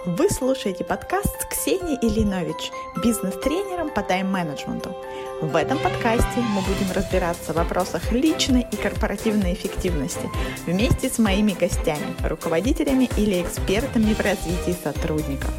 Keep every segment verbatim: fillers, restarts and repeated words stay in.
Вы слушаете подкаст с Ксенией Ильинович, бизнес-тренером по тайм-менеджменту. В этом подкасте мы будем разбираться в вопросах личной и корпоративной эффективности вместе с моими гостями, руководителями или экспертами в развитии сотрудников.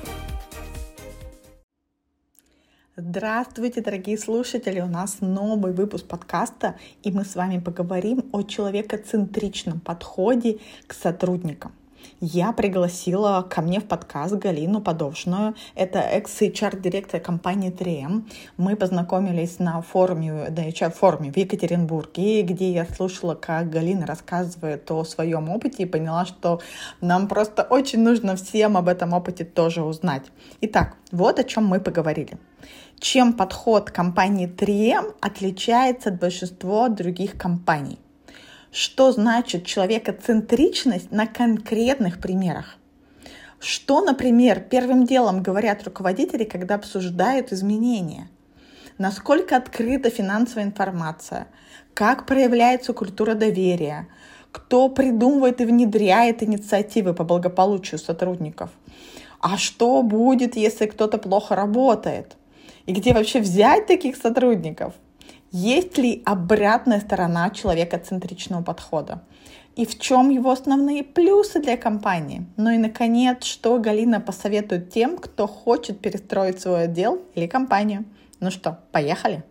Здравствуйте, дорогие слушатели! У нас новый выпуск подкаста, и мы с вами поговорим о человекоцентричном подходе к сотрудникам. Я пригласила ко мне в подкаст Галину Подовшную. Это экс-эйч ар-директор компании три эм. Мы познакомились на форуме, на эйч ар-форуме в Екатеринбурге, где я слушала, как Галина рассказывает о своем опыте и поняла, что нам просто очень нужно всем об этом опыте тоже узнать. Итак, вот о чем мы поговорили. Чем подход компании три эм отличается от большинства других компаний? Что значит человекоцентричность на конкретных примерах? Что, например, первым делом говорят руководители, когда обсуждают изменения? Насколько открыта финансовая информация? Как проявляется культура доверия? Кто придумывает и внедряет инициативы по благополучию сотрудников? А что будет, если кто-то плохо работает? И где вообще взять таких сотрудников? Есть ли обратная сторона человекоцентричного подхода? И в чем его основные плюсы для компании? Ну и, наконец, что Галина посоветует тем, кто хочет перестроить свой отдел или компанию? Ну что, поехали?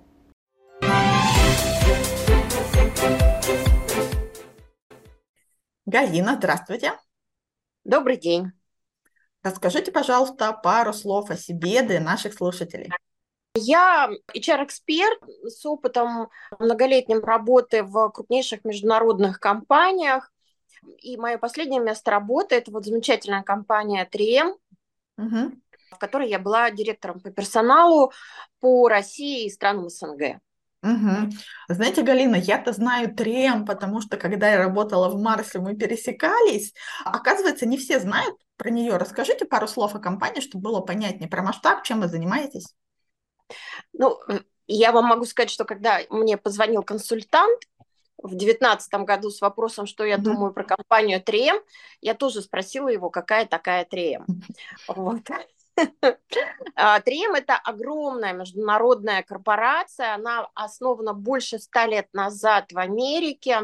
Галина, здравствуйте. Добрый день. Расскажите, пожалуйста, пару слов о себе для наших слушателей. Я эйч ар-эксперт с опытом многолетним работы в крупнейших международных компаниях. И мое последнее место работы – это вот замечательная компания три эм, угу. в которой я была директором по персоналу по России и странам эс эн гэ. Угу. Знаете, Галина, я-то знаю три эм, потому что когда я работала в Марсе, мы пересекались. Оказывается, не все знают про нее. Расскажите пару слов о компании, чтобы было понятнее про масштаб, чем вы занимаетесь. Ну, я вам могу сказать, что когда мне позвонил консультант в две тысячи девятнадцатом году с вопросом, что я mm-hmm. думаю про компанию три эм, я тоже спросила его, какая такая три эм. Вот. три эм – это огромная международная корпорация, она основана больше ста лет назад в Америке.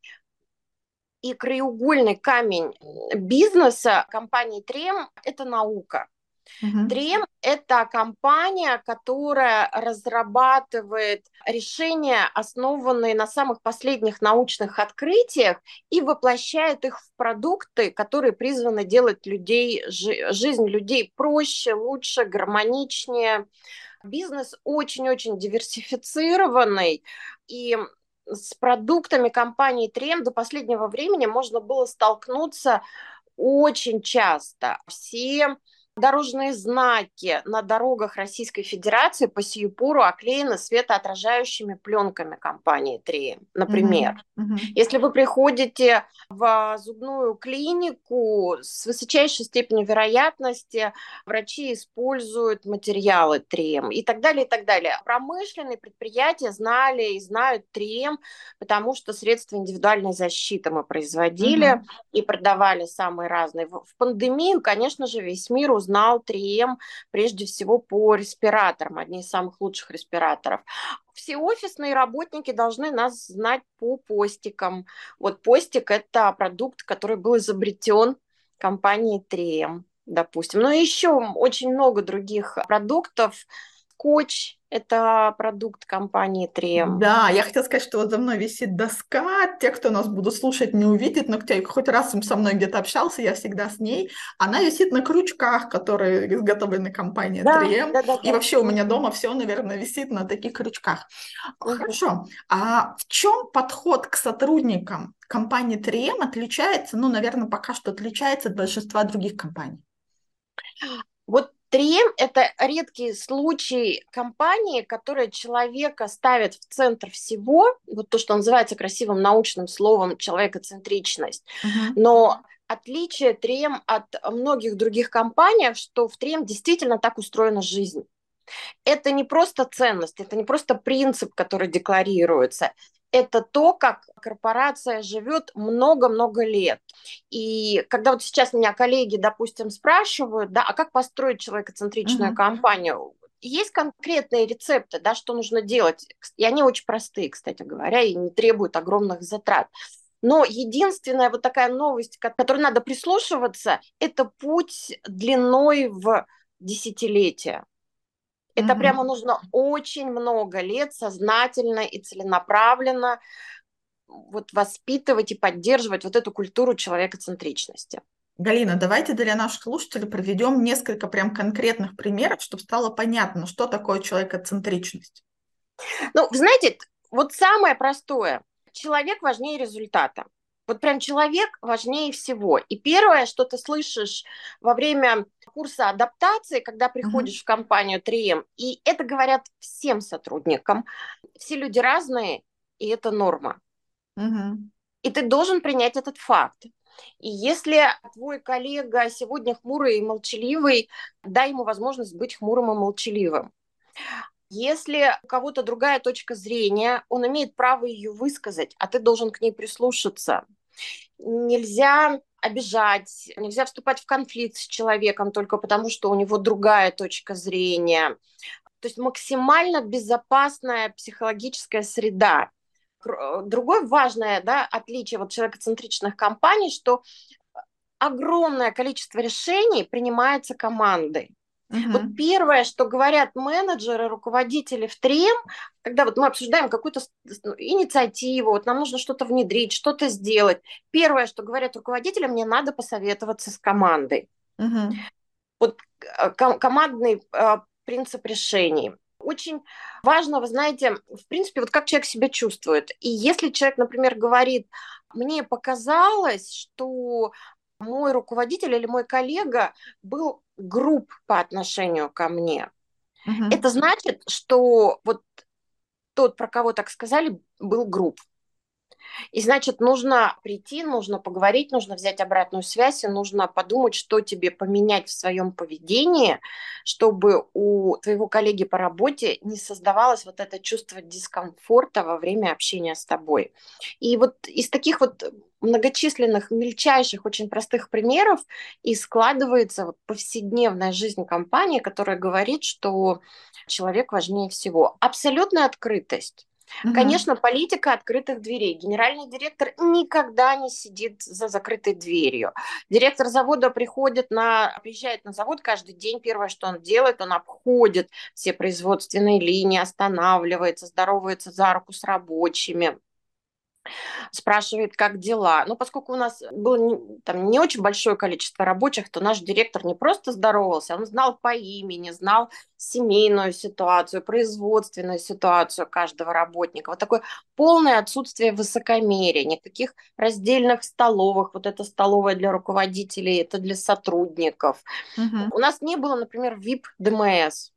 И краеугольный камень бизнеса компании три эм – это наука. Uh-huh. три эм – это компания, которая разрабатывает решения, основанные на самых последних научных открытиях, и воплощает их в продукты, которые призваны делать людей, жизнь людей проще, лучше, гармоничнее. Бизнес очень-очень диверсифицированный, и с продуктами компании три эм до последнего времени можно было столкнуться очень часто. Все дорожные знаки на дорогах Российской Федерации по сию пору оклеены светоотражающими пленками компании три эм. Например, uh-huh. Uh-huh. если вы приходите в зубную клинику, с высочайшей степенью вероятности врачи используют материалы три эм и так далее, и так далее. Промышленные предприятия знали и знают три эм, потому что средства индивидуальной защиты мы производили uh-huh. и продавали самые разные. В пандемию, конечно же, весь мир узнал знал три эм прежде всего по респираторам, одни из самых лучших респираторов. Все офисные работники должны нас знать по постикам. Вот постик – это продукт, который был изобретен компанией три эм, допустим. Но еще очень много других продуктов. Скотч – это продукт компании три эм. Да, я хотела сказать, что вот за мной висит доска. Те, кто нас будут слушать, не увидят, но кто хоть раз со мной где-то общался, я всегда с ней. Она висит на крючках, которые изготовлены компанией да, три эм. Да, да, и да. вообще у меня дома все, наверное, висит на таких крючках. Угу. Хорошо. А в чем подход к сотрудникам компании три эм отличается, ну, наверное, пока что отличается от большинства других компаний? Вот три эм – это редкий случай компании, которая человека ставит в центр всего, вот то, что называется красивым научным словом человекоцентричность. Uh-huh. Но отличие три эм от многих других компаний, что в три эм действительно так устроена жизнь. Это не просто ценность, это не просто принцип, который декларируется. это то, как корпорация живет много-много лет. И когда вот сейчас меня коллеги, допустим, спрашивают, да, а как построить человекоцентричную Мгм. компанию? Есть конкретные рецепты, да, что нужно делать. И они очень простые, кстати говоря, и не требуют огромных затрат. Но единственная вот такая новость, к которой надо прислушиваться, это путь длиной в десятилетия. Это прямо Мгм. нужно очень много лет сознательно и целенаправленно вот воспитывать и поддерживать вот эту культуру человекоцентричности. Галина, давайте для наших слушателей проведем несколько прям конкретных примеров, чтобы стало понятно, что такое человекоцентричность. Ну, знаете, вот самое простое. Человек важнее результата. Вот прям человек важнее всего. И первое, что ты слышишь во время курса адаптации, когда Мгм. приходишь в компанию три эм, и это говорят всем сотрудникам. Все люди разные, и это норма. Мгм. И ты должен принять этот факт. И если твой коллега сегодня хмурый и молчаливый, дай ему возможность быть хмурым и молчаливым. Если у кого-то другая точка зрения, он имеет право ее высказать, а ты должен к ней прислушаться. Нельзя обижать, нельзя вступать в конфликт с человеком только потому, что у него другая точка зрения. То есть максимально безопасная психологическая среда. Другое важное, да, отличие вот человекоцентричных компаний, что огромное количество решений принимается командой. Вот Мгм. первое, что говорят менеджеры, руководители в три эм, когда вот мы обсуждаем какую-то инициативу, вот нам нужно что-то внедрить, что-то сделать. Первое, что говорят руководители, мне надо посоветоваться с командой. Мгм. Вот э, ком- командный э, принцип решений. Очень важно, вы знаете, в принципе, вот как человек себя чувствует. И если человек, например, говорит, мне показалось, что мой руководитель или мой коллега был груб по отношению ко мне, это Мгм. значит, что вот тот, про кого так сказали, был груб. И значит, нужно прийти, нужно поговорить, нужно взять обратную связь, и нужно подумать, что тебе поменять в своем поведении, чтобы у твоего коллеги по работе не создавалось вот это чувство дискомфорта во время общения с тобой. И вот из таких вот многочисленных, мельчайших, очень простых примеров и складывается вот повседневная жизнь компании, которая говорит, что человек важнее всего. Абсолютная открытость. Мгм. Конечно, политика открытых дверей. Генеральный директор никогда не сидит за закрытой дверью. Директор завода приходит на, приезжает на завод каждый день. Первое, что он делает, он обходит все производственные линии, останавливается, здоровается за руку с рабочими, спрашивает, как дела. Но поскольку у нас было не, там не очень большое количество рабочих, то наш директор не просто здоровался, он знал по имени, знал семейную ситуацию, производственную ситуацию каждого работника. Вот такое полное отсутствие высокомерия, никаких раздельных столовых. Вот это столовая для руководителей, это для сотрудников. Мгм. У нас не было, например, ви ай пи дэ эм эс.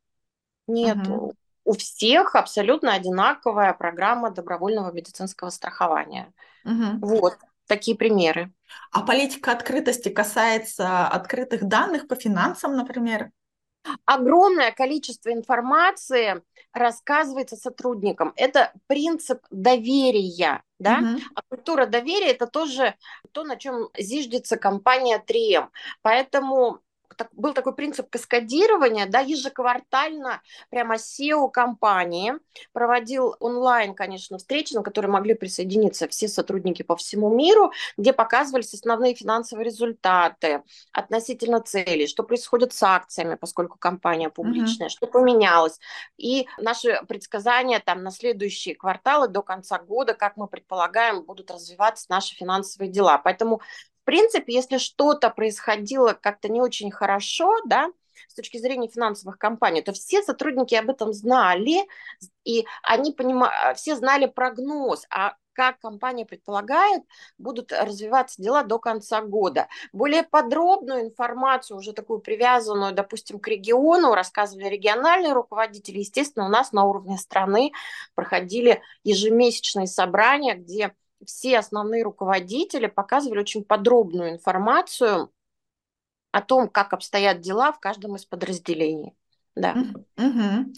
Мгм. Нету. У всех абсолютно одинаковая программа добровольного медицинского страхования. Мгм. Вот такие примеры. А политика открытости касается открытых данных по финансам, например? Огромное количество информации рассказывается сотрудникам. Это принцип доверия, да? Мгм. А культура доверия – это тоже то, на чем зиждется компания три эм. Поэтому так, был такой принцип каскадирования, да, ежеквартально прямо си и о компании проводил онлайн, конечно, встречи, на которые могли присоединиться все сотрудники по всему миру, где показывались основные финансовые результаты относительно целей, что происходит с акциями, поскольку компания Мгм. публичная, что поменялось. И наши предсказания там на следующие кварталы до конца года, как мы предполагаем, будут развиваться наши финансовые дела. Поэтому в принципе, если что-то происходило как-то не очень хорошо, да, с точки зрения финансовых компаний, то все сотрудники об этом знали, и они понимали, все знали прогноз, а как компания предполагает, будут развиваться дела до конца года. Более подробную информацию, уже такую привязанную, допустим, к региону, рассказывали региональные руководители. Естественно, у нас на уровне страны проходили ежемесячные собрания, где все основные руководители показывали очень подробную информацию о том, как обстоят дела в каждом из подразделений. Да. Мгм. Мгм.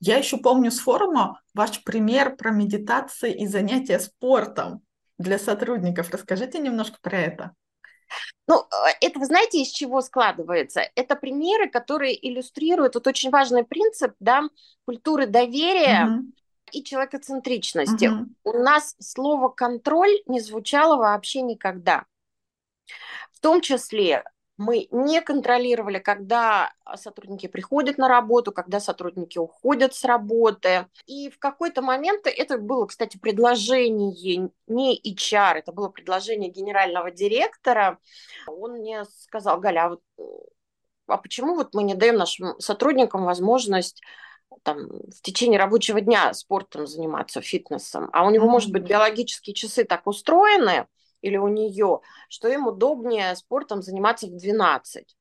Я еще помню с форума ваш пример про медитации и занятия спортом для сотрудников. Расскажите немножко про это. Ну, э, это, вы знаете, из чего складывается? Это примеры, которые иллюстрируют вот очень важный принцип, да, культуры доверия Мгм. и человекоцентричности. Мгм. У нас слово «контроль» не звучало вообще никогда. В том числе мы не контролировали, когда сотрудники приходят на работу, когда сотрудники уходят с работы. И в какой-то момент это было, кстати, предложение не эйч ар, это было предложение генерального директора. Он мне сказал: Галя, а, вот, а почему вот мы не даем нашим сотрудникам возможность там, в течение рабочего дня спортом заниматься, фитнесом, а у него, может Мгм. быть, биологические часы так устроены, или у нее, что им удобнее спортом заниматься в двенадцать.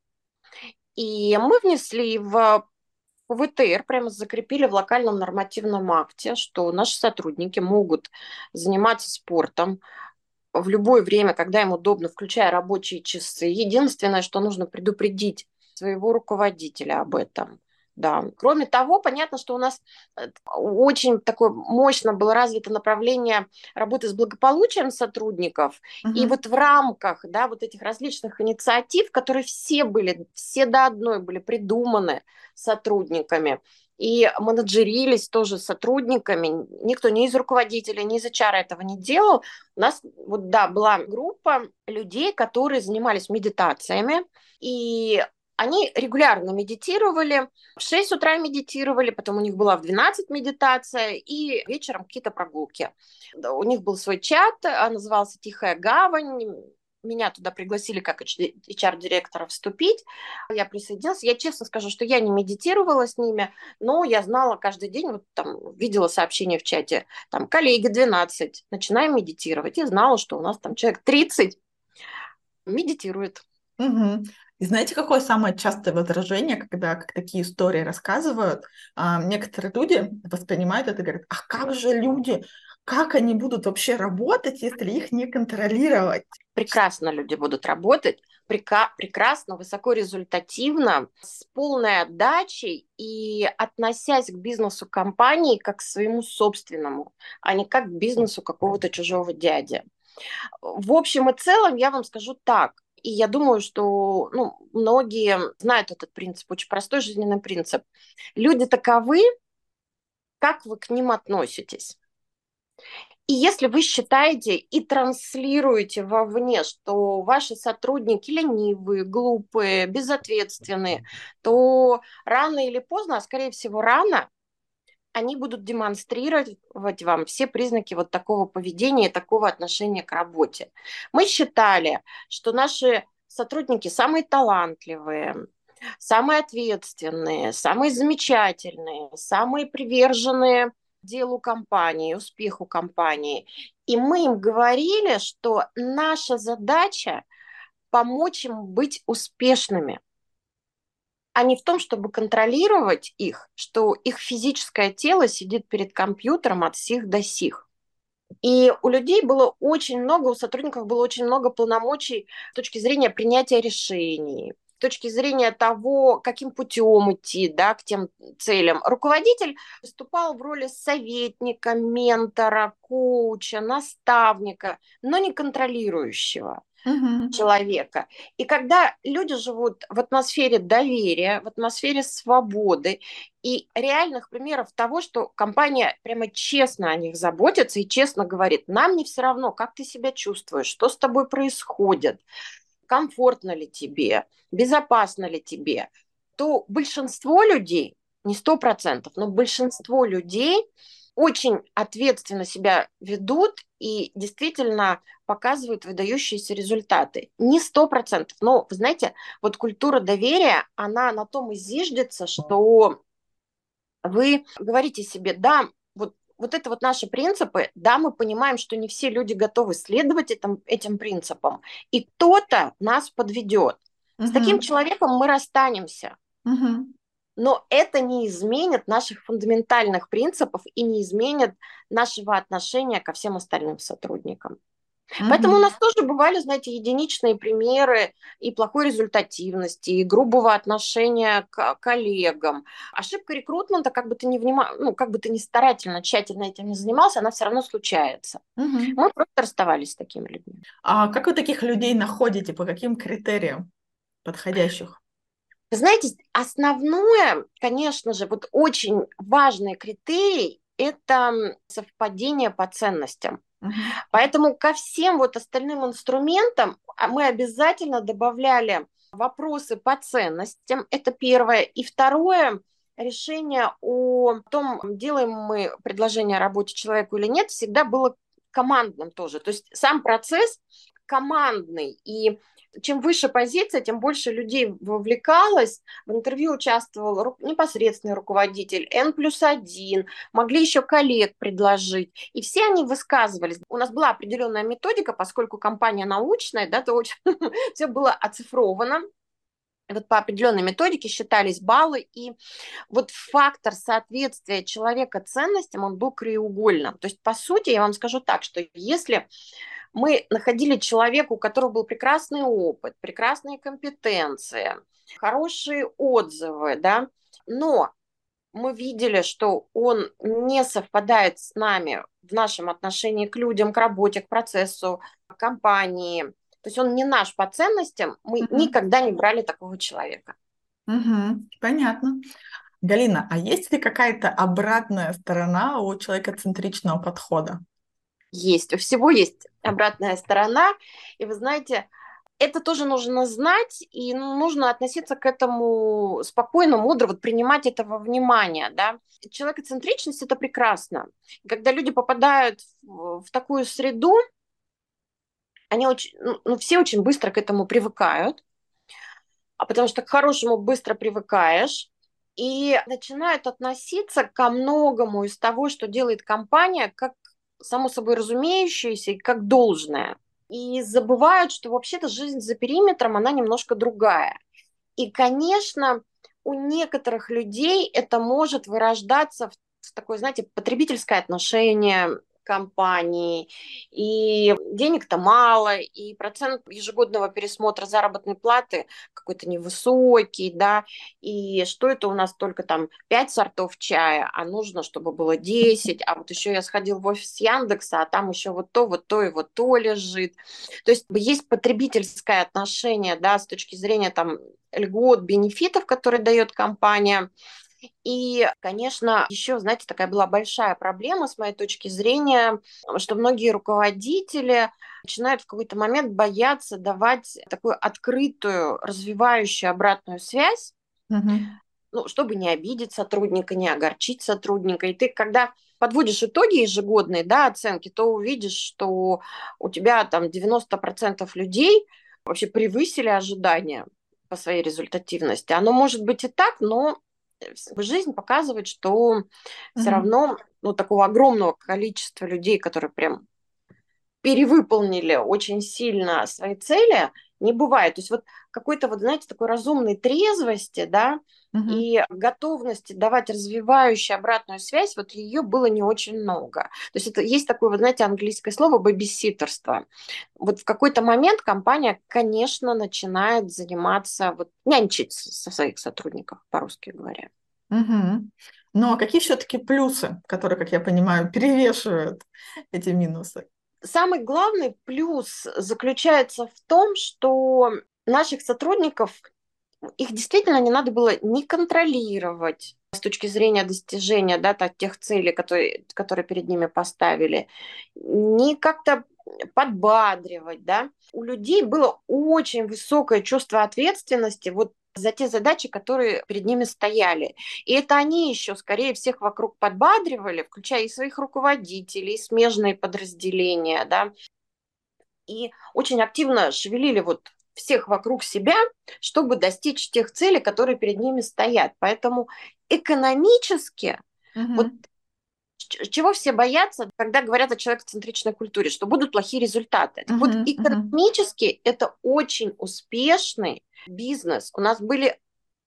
И мы внесли в в тэ эр, прямо закрепили в локальном нормативном акте, что наши сотрудники могут заниматься спортом в любое время, когда им удобно, включая рабочие часы. Единственное, что нужно предупредить своего руководителя об этом. Да. Кроме того, понятно, что у нас э, очень такое мощно было развито направление работы с благополучием сотрудников. И Мгм. вот в рамках, да, вот этих различных инициатив, которые все были, все до одной были придуманы сотрудниками, и менеджерились тоже сотрудниками. Никто ни из руководителей, ни из эйч ар этого не делал. У нас, вот да, была группа людей, которые занимались медитациями, и они регулярно медитировали, в шесть утра медитировали, потом у них была в двенадцать медитация, и вечером какие-то прогулки. Да, у них был свой чат, а, назывался «Тихая гавань». Меня туда пригласили как эйч ар-директора вступить. Я присоединилась. Я честно скажу, что я не медитировала с ними, но я знала каждый день, вот там видела сообщения в чате, там, коллеги, двенадцать, начинаем медитировать. И знала, что у нас там человек тридцать медитирует. Мгм. И знаете, какое самое частое возражение, когда как такие истории рассказывают? А, некоторые люди воспринимают это и говорят: а как же люди, как они будут вообще работать, если их не контролировать? Прекрасно люди будут работать, прека- прекрасно, высокорезультативно, с полной отдачей и относясь к бизнесу компании как к своему собственному, а не как к бизнесу какого-то чужого дяди. В общем и целом, я вам скажу так, и я думаю, что ну, многие знают этот принцип, очень простой жизненный принцип. Люди таковы, как вы к ним относитесь. И если вы считаете и транслируете вовне, что ваши сотрудники ленивые, глупые, безответственные, то рано или поздно, а скорее всего рано, они будут демонстрировать вам все признаки вот такого поведения и такого отношения к работе. Мы считали, что наши сотрудники самые талантливые, самые ответственные, самые замечательные, самые приверженные делу компании, успеху компании. И мы им говорили, что наша задача помочь им быть успешными, а не в том, чтобы контролировать их, что их физическое тело сидит перед компьютером от сих до сих. И у людей было очень много, у сотрудников было очень много полномочий с точки зрения принятия решений, с точки зрения того, каким путем идти, да, к тем целям. Руководитель выступал в роли советника, ментора, коуча, наставника, но не контролирующего Мгм. человека. И когда люди живут в атмосфере доверия, в атмосфере свободы и реальных примеров того, что компания прямо честно о них заботится и честно говорит: нам не все равно, как ты себя чувствуешь, что с тобой происходит, комфортно ли тебе, безопасно ли тебе, то большинство людей, не сто процентов, но большинство людей очень ответственно себя ведут и действительно показывают выдающиеся результаты. Не сто процентов, но, вы знаете, вот культура доверия, она на том и зиждется, что вы говорите себе: да, вот, вот это вот наши принципы, да, мы понимаем, что не все люди готовы следовать этим, этим принципам, и кто-то нас подведет. С таким Мгм. человеком мы расстанемся. Мгм. Но это не изменит наших фундаментальных принципов и не изменит нашего отношения ко всем остальным сотрудникам. Поэтому у Мгм. нас тоже бывали, знаете, единичные примеры и плохой результативности, и грубого отношения к коллегам. Ошибка рекрутмента, как бы ты ни внима... ну, как бы ты ни старательно, тщательно этим не занимался, она все равно случается. Мгм. Мы просто расставались с такими людьми. А как вы таких людей находите? По каким критериям подходящих? Вы знаете, основное, конечно же, вот очень важный критерий – это совпадение по ценностям. Мгм. Поэтому ко всем вот остальным инструментам а, мы обязательно добавляли вопросы по ценностям. Это первое. И второе, решение о том, делаем мы предложение о работе человеку или нет, всегда было командным тоже. То есть сам процесс командный. И чем выше позиция, тем больше людей вовлекалось. В интервью участвовал ру- непосредственный руководитель, N плюс один, могли еще коллег предложить. И все они высказывались. У нас была определенная методика, поскольку компания научная, да, то очень все было оцифровано. Вот по определенной методике считались баллы, и вот фактор соответствия человека ценностям, он был краеугольным. То есть, по сути, я вам скажу так, что если мы находили человека, у которого был прекрасный опыт, прекрасные компетенции, хорошие отзывы, да, но мы видели, что он не совпадает с нами в нашем отношении к людям, к работе, к процессу, к компании. То есть он не наш по ценностям, мы Мгм. никогда не брали такого человека. Мгм. Понятно. Галина, а есть ли какая-то обратная сторона у человекоцентричного подхода? Есть, у всего есть обратная сторона. И вы знаете, это тоже нужно знать, и нужно относиться к этому спокойно, мудро, вот принимать это во внимание, да. Человекоцентричность – это прекрасно. Когда люди попадают в, в такую среду, они очень, ну, ну, все очень быстро к этому привыкают, а потому что к хорошему быстро привыкаешь, и начинают относиться ко многому из того, что делает компания, как само собой разумеющееся и как должное. И забывают, что вообще-то жизнь за периметром, она немножко другая. И, конечно, у некоторых людей это может вырождаться в, в такое, знаете, потребительское отношение к компании, и денег-то мало, и процент ежегодного пересмотра заработной платы какой-то невысокий, да, и что это у нас только там пять сортов чая, а нужно, чтобы было десять, а вот еще я сходил в офис Яндекса, а там еще вот то, вот то и вот то лежит. То есть есть потребительское отношение, да, с точки зрения там льгот, бенефитов, которые дает компания. И, конечно, еще, знаете, такая была большая проблема с моей точки зрения, что многие руководители начинают в какой-то момент бояться давать такую открытую, развивающую обратную связь, Мгм. ну, чтобы не обидеть сотрудника, не огорчить сотрудника. И ты, когда подводишь итоги ежегодные, да, оценки, то увидишь, что у тебя там девяносто процентов людей вообще превысили ожидания по своей результативности. Оно может быть и так, но жизнь показывает, что все Мгм. равно ну, такого огромного количества людей, которые прям перевыполнили очень сильно свои цели, не бывает. То есть вот какой-то вот, знаете, такой разумной трезвости, да, Мгм. и готовности давать развивающую обратную связь, вот ее было не очень много. То есть это есть такое, вот знаете, английское слово бэбиситерство. Вот в какой-то момент компания, конечно, начинает заниматься, вот нянчить со своих сотрудников, по-русски говоря. Мгм. Но какие все-таки плюсы, которые, как я понимаю, перевешивают эти минусы? Самый главный плюс заключается в том, что наших сотрудников, их действительно не надо было не контролировать с точки зрения достижения, да, та- тех целей, которые, которые перед ними поставили, не как-то подбадривать, да. У людей было очень высокое чувство ответственности вот за те задачи, которые перед ними стояли. И это они еще скорее всех вокруг подбадривали, включая и своих руководителей, и смежные подразделения, да, и очень активно шевелили вот всех вокруг себя, чтобы достичь тех целей, которые перед ними стоят. Поэтому экономически, вот Мгм. чего все боятся, когда говорят о человекоцентричной культуре, что будут плохие результаты. Так вот, Мгм. Мгм. экономически это очень успешный бизнес. У нас были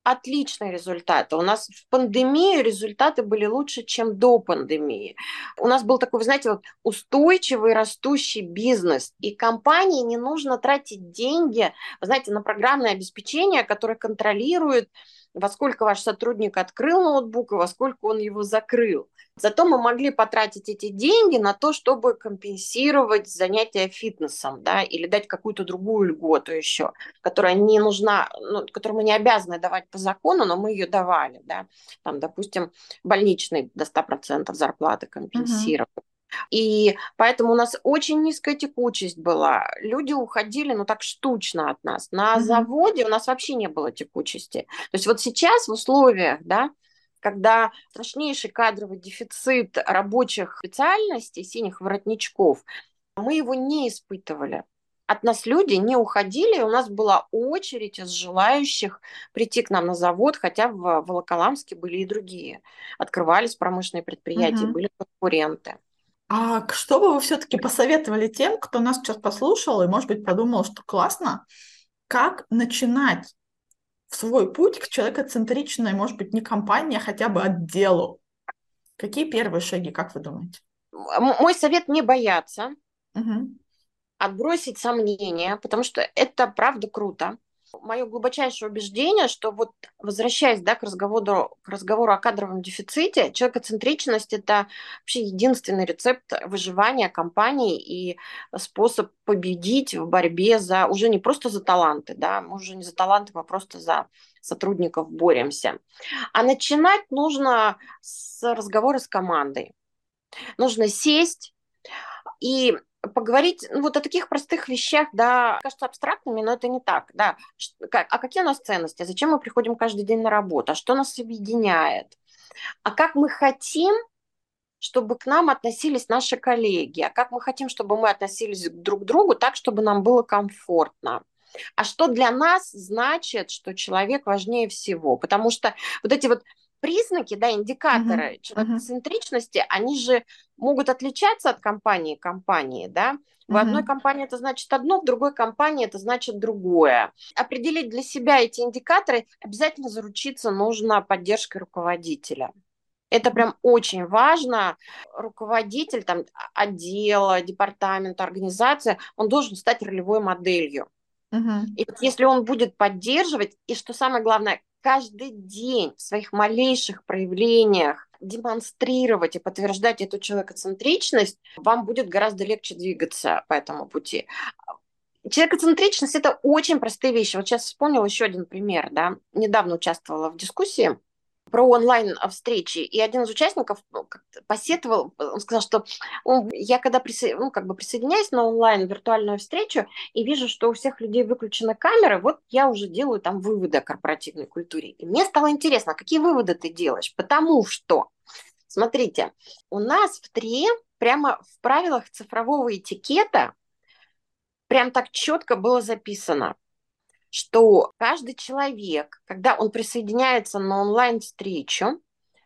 Отличные результаты. У нас в пандемию результаты были лучше, чем до пандемии. У нас был такой, вы знаете, вот устойчивый растущий бизнес. И компании не нужно тратить деньги, вы знаете, на программное обеспечение, которое контролирует, во сколько ваш сотрудник открыл ноутбук и во сколько он его закрыл. Зато мы могли потратить эти деньги на то, чтобы компенсировать занятия фитнесом, да, или дать какую-то другую льготу еще, которая не нужна, ну, которую мы не обязаны давать по закону, но мы ее давали, да, там, допустим, больничный до ста процентов зарплаты Мгм. компенсировать. И поэтому у нас очень низкая текучесть была. Люди уходили, ну, так штучно от нас. На Мгм. заводе у нас вообще не было текучести. То есть вот сейчас в условиях, да, когда страшнейший кадровый дефицит рабочих специальностей, синих воротничков, мы его не испытывали. От нас люди не уходили, и у нас была очередь из желающих прийти к нам на завод, хотя в Волоколамске были и другие. Открывались промышленные предприятия, Мгм. были конкуренты. А к- что бы вы все-таки посоветовали тем, кто нас сейчас послушал и, может быть, подумал, что классно, как начинать в свой путь к человекоцентричной, может быть, не компании, а хотя бы отделу? Какие первые шаги, как вы думаете? М- Мой совет не бояться, Мгм. отбросить сомнения, потому что это правда круто. Мое глубочайшее убеждение, что вот возвращаясь, да, к разговору, к разговору о кадровом дефиците, человекоцентричность – это вообще единственный рецепт выживания компании и способ победить в борьбе за уже не просто за таланты, да, мы уже не за таланты, мы просто за сотрудников боремся. А начинать нужно с разговора с командой. Нужно сесть и поговорить, ну, вот о таких простых вещах, да, кажется абстрактными, но это не так, да. Ш- как- А какие у нас ценности? А зачем мы приходим каждый день на работу? А что нас объединяет? А как мы хотим, чтобы к нам относились наши коллеги? А как мы хотим, чтобы мы относились друг к другу так, чтобы нам было комфортно? А что для нас значит, что человек важнее всего? Потому что вот эти вот признаки, да, Мгм. индикаторы Мгм. человекоцентричности, они же могут отличаться от компании к компании, да. В одной Мгм. компании это значит одно, в другой компании это значит другое. Определить для себя эти индикаторы обязательно заручиться нужно поддержкой руководителя. Это прям очень важно. Руководитель там, отдела, департамента, организации, он должен стать ролевой моделью. Мгм. И вот если он будет поддерживать, и что самое главное, каждый день в своих малейших проявлениях демонстрировать и подтверждать эту человекоцентричность, вам будет гораздо легче двигаться по этому пути. Человекоцентричность – это очень простые вещи. Вот сейчас вспомнила еще один пример. Да? Недавно участвовала в дискуссии про онлайн-встречи, и один из участников ну, как-то посетовал, он сказал, что он, я когда присо... ну, как бы присоединяюсь на онлайн-виртуальную встречу и вижу, что у всех людей выключены камеры, вот я уже делаю там выводы о корпоративной культуре. И мне стало интересно, а какие выводы ты делаешь? Потому что, смотрите, у нас в ТРИЭ прямо в правилах цифрового этикета прям так четко было записано, что каждый человек, когда он присоединяется на онлайн-встречу,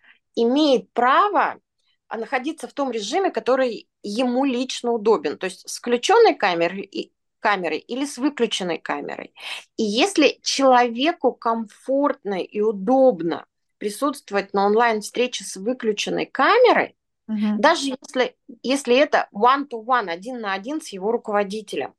имеет право а, находиться в том режиме, который ему лично удобен, то есть с включенной камерой, и, камерой или с выключенной камерой. И если человеку комфортно и удобно присутствовать на онлайн-встрече с выключенной камерой, Мгм. даже если, если это one-to-one, один на один с его руководителем,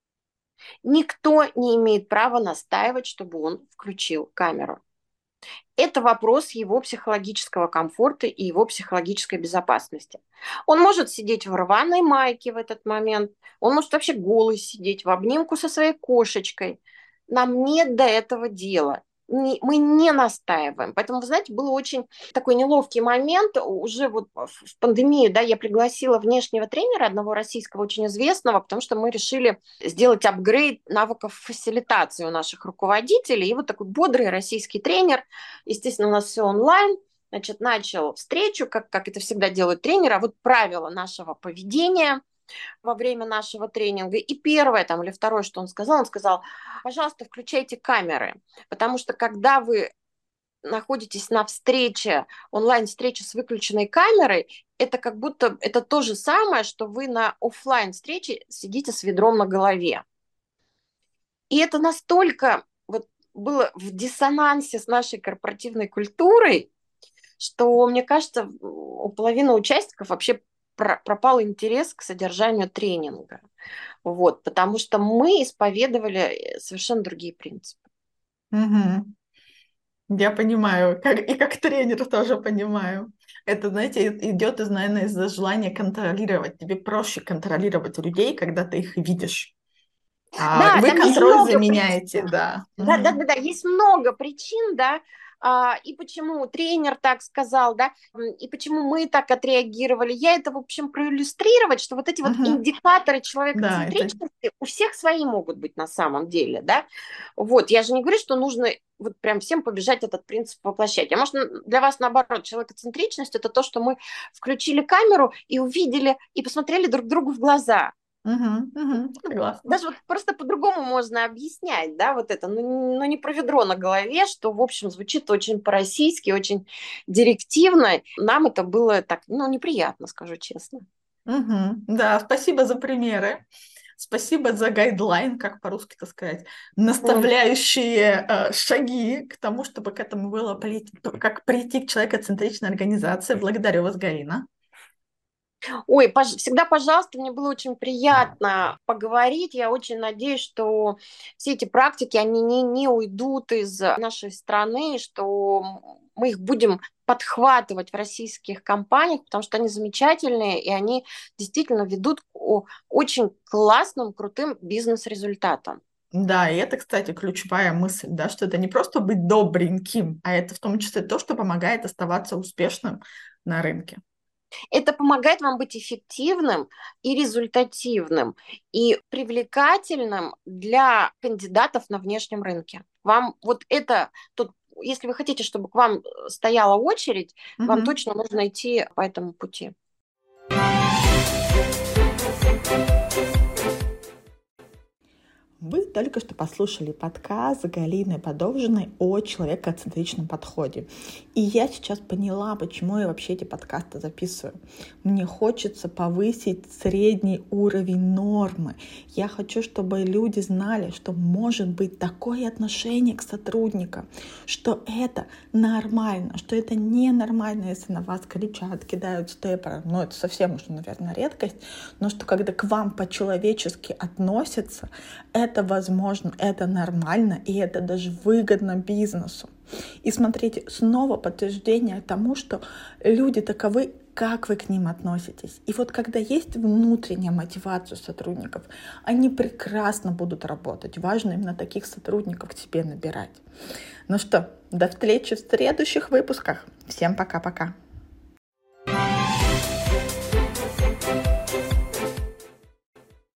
никто не имеет права настаивать, чтобы он включил камеру. Это вопрос его психологического комфорта и его психологической безопасности. Он может сидеть в рваной майке в этот момент, он может вообще голый сидеть в обнимку со своей кошечкой. Нам нет до этого дела. Не- мы не настаиваем. Поэтому, вы знаете, был очень такой неловкий момент. Уже вот в в пандемию, да, я пригласила внешнего тренера, одного российского очень известного, потому что мы решили сделать апгрейд навыков фасилитации у наших руководителей. И вот такой бодрый российский тренер. Естественно, у нас все онлайн. Значит, начал встречу, как, как это всегда делают тренеры, а вот правила нашего поведения во время нашего тренинга. И первое там или второе, что он сказал, он сказал, пожалуйста, включайте камеры, потому что когда вы находитесь на встрече, онлайн-встрече с выключенной камерой, это как будто это то же самое, что вы на офлайн встрече сидите с ведром на голове. И это настолько вот было в диссонансе с нашей корпоративной культурой, что, мне кажется, у половины участников вообще пропал интерес к содержанию тренинга. Вот, потому что мы исповедовали совершенно другие принципы. Угу. Я понимаю, как, и как тренер тоже понимаю. Это, знаете, идет, из, наверное, из-за желания контролировать. Тебе проще контролировать людей, когда ты их видишь. А Да, вы там есть контроль много заменяете, причин. да. Да, да, Угу. да, да, есть много причин, да, а, и почему тренер так сказал, да, и почему мы так отреагировали. Я это, в общем, проиллюстрировать, что вот эти вот Угу. индикаторы Да, это... человекоцентричности у всех свои могут быть на самом деле, да. Вот, я же не говорю, что нужно вот прям всем побежать этот принцип воплощать. А может, для вас наоборот, человекоцентричность – это то, что мы включили камеру и увидели, и посмотрели друг другу в глаза. Угу, угу, согласна. Даже вот просто по-другому можно объяснять, да, вот это, ну, ну не про ведро на голове, что, в общем, звучит очень по-российски, очень директивно. Нам это было так, ну, неприятно, скажу честно. Угу. Да, спасибо за примеры. Спасибо за гайдлайн, как по-русски-то сказать, наставляющие э, шаги к тому, чтобы к этому было прийти, как прийти к человекоцентричной организации. Благодарю вас, Галина. Ой, пож- всегда, пожалуйста, мне было очень приятно поговорить. Я очень надеюсь, что все эти практики, они не, не уйдут из нашей страны, что мы их будем подхватывать в российских компаниях, потому что они замечательные, и они действительно ведут к очень классным, крутым бизнес-результатам. Да, и это, кстати, ключевая мысль, да, что это не просто быть добреньким, а это в том числе то, что помогает оставаться успешным на рынке. Это помогает вам быть эффективным и результативным, и привлекательным для кандидатов на внешнем рынке. Вам вот это, тут, если вы хотите, чтобы к вам стояла очередь, вам Угу. точно нужно идти по этому пути. Вы только что послушали подкаст Галины Подовжиной о человекоцентричном подходе. И я сейчас поняла, почему я вообще эти подкасты записываю. Мне хочется повысить средний уровень нормы. Я хочу, чтобы люди знали, что может быть такое отношение к сотрудникам, что это нормально, что это ненормально, если на вас кричат, кидают степлером. Ну, это совсем уже, наверное, редкость. Но что когда к вам по-человечески относятся, это возможно, это нормально, и это даже выгодно бизнесу. И смотрите, снова подтверждение тому, что люди таковы, как вы к ним относитесь. И вот когда есть внутренняя мотивация сотрудников, они прекрасно будут работать. Важно именно таких сотрудников к себе набирать. Ну что, до встречи в следующих выпусках. Всем пока-пока.